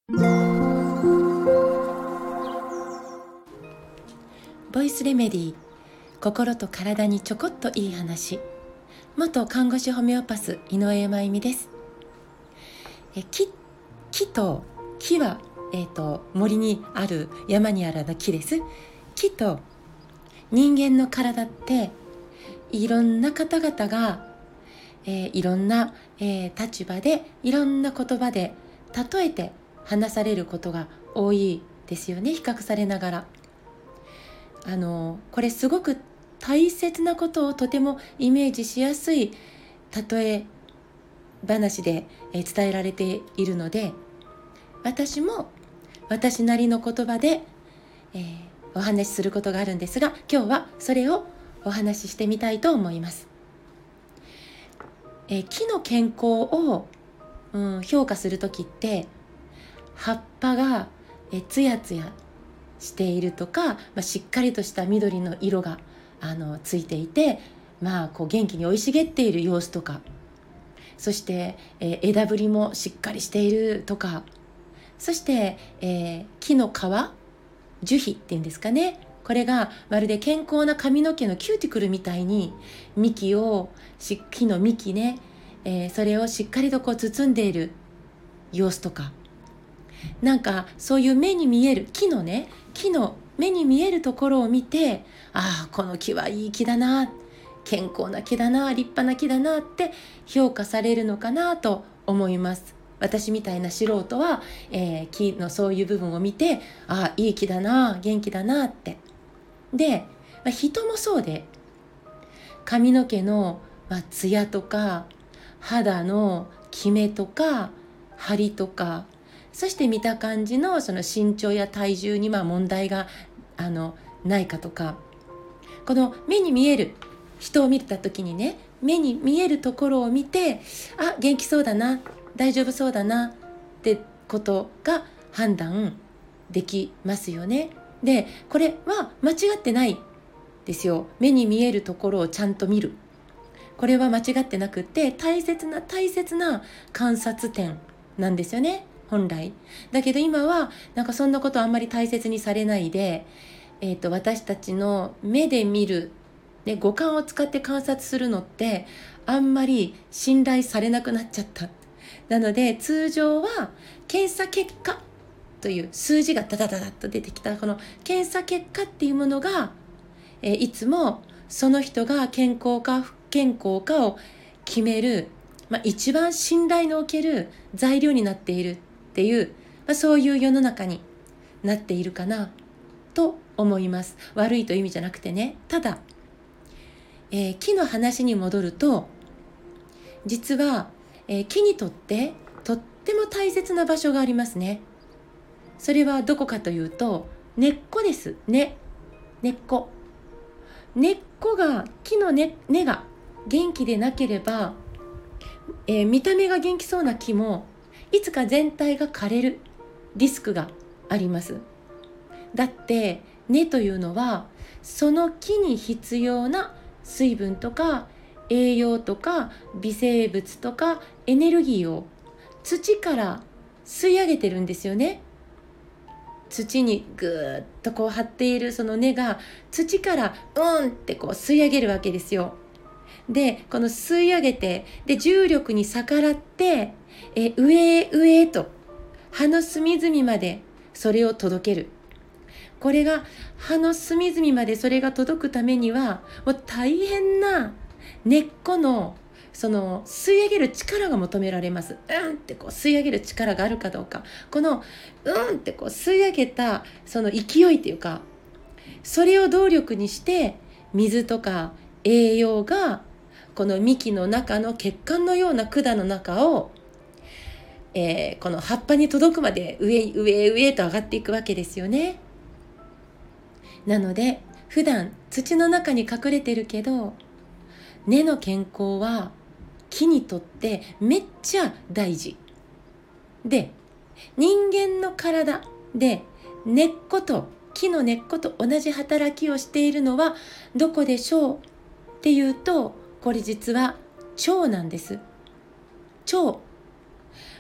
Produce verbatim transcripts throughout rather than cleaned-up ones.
ボイスレメディー、心と体にちょこっといい話。元看護師ホメオパス井上真由美です。え木木と木は、えー、と森にある山にある木です。木と人間の体っていろんな方々が、えー、いろんな、えー、立場でいろんな言葉で例えて話されることが多いですよね。比較されながらあのこれすごく大切なことをとてもイメージしやすい例え話で伝えられているので、私も私なりの言葉で、えー、お話しすることがあるんですが、今日はそれをお話ししてみたいと思います。えー、木の健康を、うん、評価するときって葉っぱがえつやつやしているとか、まあ、しっかりとした緑の色があのついていて、まあ、こう元気に生い茂っている様子とか、そして、えー、枝ぶりもしっかりしているとか、そして、えー、木の皮、樹皮っていうんですかね、これがまるで健康な髪の毛のキューティクルみたいに幹をし木の幹ね、えー、それをしっかりとこう包んでいる様子とか、なんかそういう目に見える木のね木の目に見えるところを見て、ああこの木はいい木だな、健康な木だな、立派な木だなって評価されるのかなと思います。私みたいな素人は、えー、木のそういう部分を見て、ああいい木だな、元気だなって。で、まあ、人もそうで、髪の毛の、まあ、ツヤとか肌のキメとか張りとか、そして見た感じのその身長や体重にまあ問題があのないかとか、この目に見える人を見た時にね、目に見えるところを見て、あ元気そうだな、大丈夫そうだなってことが判断できますよね。でこれは間違ってないですよ。目に見えるところをちゃんと見る、これは間違ってなくて大切な大切な観察点なんですよね、本来。だけど今はなんかそんなことあんまり大切にされないで、えーと、私たちの目で見る、ね、五感を使って観察するのってあんまり信頼されなくなっちゃった。なので通常は検査結果という数字がダダダダッと出てきたこの検査結果っていうものが、えー、いつもその人が健康か不健康かを決める、まあ、一番信頼のおける材料になっているっていう、まあ、そういう世の中になっているかなと思います。悪いという意味じゃなくてね。ただ、えー、木の話に戻ると、実は、えー、木にとってとっても大切な場所がありますね。それはどこかというと、根っこです。根、根っこ。根っこが、木の 根, 根が元気でなければ、えー、見た目が元気そうな木もいつか全体が枯れるリスクがあります。だって根というのはその木に必要な水分とか栄養とか微生物とかエネルギーを土から吸い上げてるんですよね。土にぐーっとこう張っているその根が土からうんってこう吸い上げるわけですよ。でこの吸い上げて、で重力に逆らってえ上へ上へと葉の隅々までそれを届ける。これが葉の隅々までそれが届くためにはもう大変な根っこのその吸い上げる力が求められます。うんってこう吸い上げる力があるかどうか、このうんってこう吸い上げたその勢いというか、それを動力にして水とか栄養がこの幹の中の血管のような管の中を、えー、この葉っぱに届くまで上上上と上がっていくわけですよね。なので普段土の中に隠れてるけど、根の健康は木にとってめっちゃ大事で、人間の体で根っこと木の根っこと同じ働きをしているのはどこでしょうっていうと、これ実は腸なんです。腸。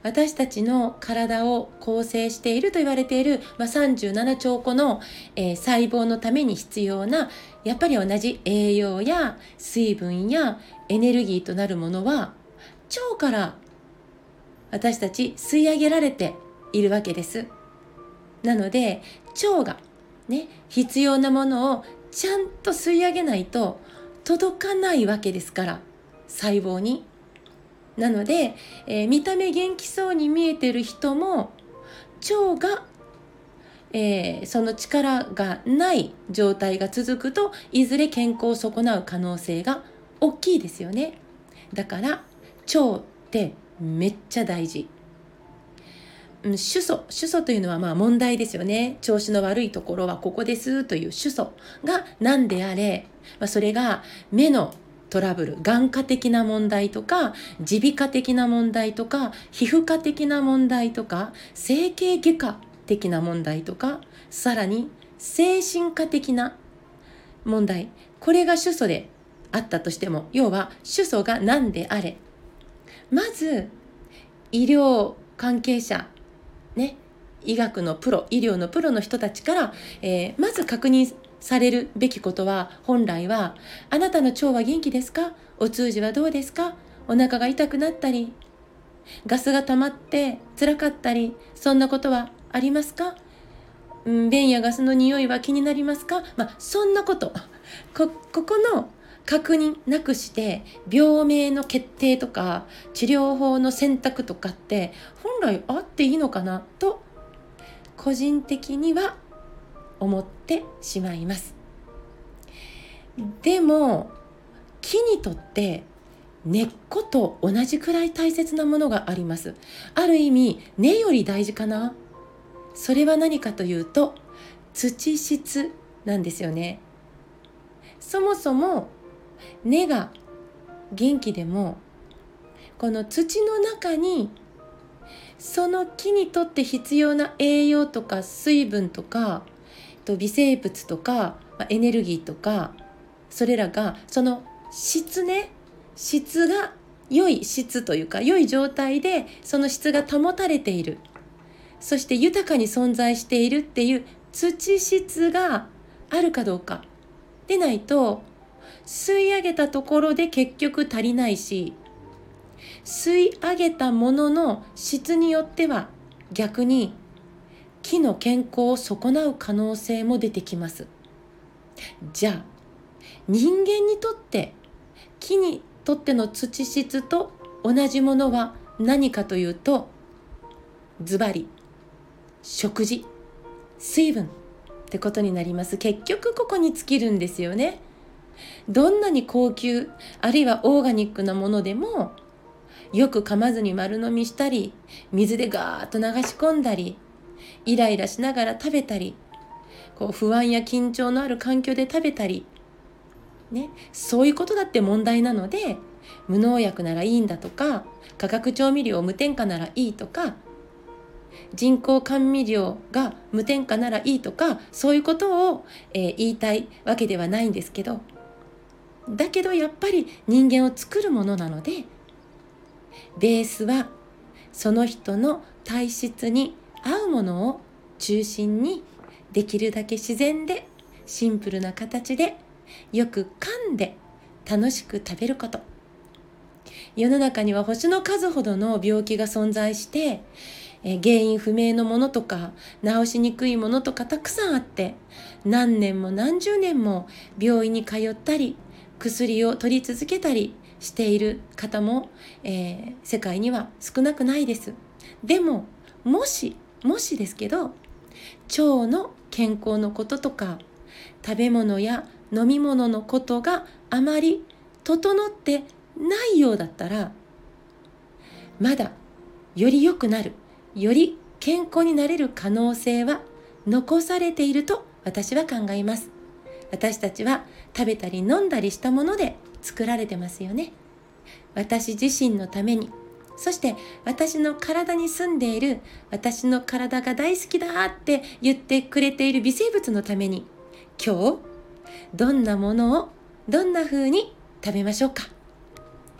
私たちの体を構成していると言われている、まあ、さんじゅうななちょうこの、えー、細胞のために必要なやっぱり同じ栄養や水分やエネルギーとなるものは腸から私たち吸い上げられているわけです。なので腸がね、必要なものをちゃんと吸い上げないと届かないわけですから、細胞に。なので、えー、見た目元気そうに見えてる人も腸が、えー、その力がない状態が続くといずれ健康を損なう可能性が大きいですよね。だから腸ってめっちゃ大事。主訴、主訴というのはまあ問題ですよね。調子の悪いところはここですという主訴が何であれ、まあ、それが目のトラブル、眼科的な問題とか耳鼻科的な問題とか皮膚科的な問題とか整形外科的な問題とか、さらに精神科的な問題、これが主訴であったとしても、要は主訴が何であれ、まず医療関係者ね、医学のプロ、医療のプロの人たちから、えー、まず確認されるべきことは、本来はあなたの腸は元気ですか？お通じはどうですか？お腹が痛くなったりガスが溜まって辛かったり、そんなことはありますか？うん、便やガスの匂いは気になりますか？まあ、そんなことこ、ここの確認なくして病名の決定とか治療法の選択とかって本来あっていいのかなと個人的には思ってしまいます。でも木にとって根っこと同じくらい大切なものがあります。ある意味根より大事かな。それは何かというと土質なんですよね。そもそも根が元気でもこの土の中にその木にとって必要な栄養とか水分とか微生物とかエネルギーとか、それらがその質ね質が良い質というか良い状態でその質が保たれている、そして豊かに存在しているっていう土質があるかどうかでないと、吸い上げたところで結局足りないし、吸い上げたものの質によっては逆に木の健康を損なう可能性も出てきます。じゃあ人間にとって木にとっての土質と同じものは何かというと、ズバリ食事、水分ってことになります。結局ここに尽きるんですよね。どんなに高級あるいはオーガニックなものでもよく噛まずに丸飲みしたり、水でガーッと流し込んだり、イライラしながら食べたり、こう不安や緊張のある環境で食べたり、ね、そういうことだって問題なので、無農薬ならいいんだとか、化学調味料無添加ならいいとか、人工甘味料が無添加ならいいとか、そういうことを、えー、言いたいわけではないんですけど、だけどやっぱり人間を作るものなので、ベースはその人の体質に合うものを中心に、できるだけ自然でシンプルな形でよく噛んで楽しく食べること。世の中には星の数ほどの病気が存在して、え原因不明のものとか治しにくいものとかたくさんあって、何年も何十年も病院に通ったり薬を取り続けたりしている方も、えー、世界には少なくないです。でももしもしですけど、腸の健康のこととか食べ物や飲み物のことがあまり整ってないようだったら、まだより良くなる、より健康になれる可能性は残されていると私は考えます。私たちは食べたり飲んだりしたもので作られてますよね。私自身のために、そして私の体に住んでいる、私の体が大好きだって言ってくれている微生物のために、今日どんなものをどんな風に食べましょうか。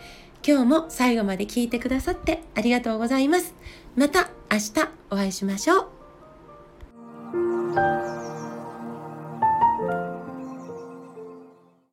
今日も最後まで聞いてくださってありがとうございます。また明日お会いしましょう。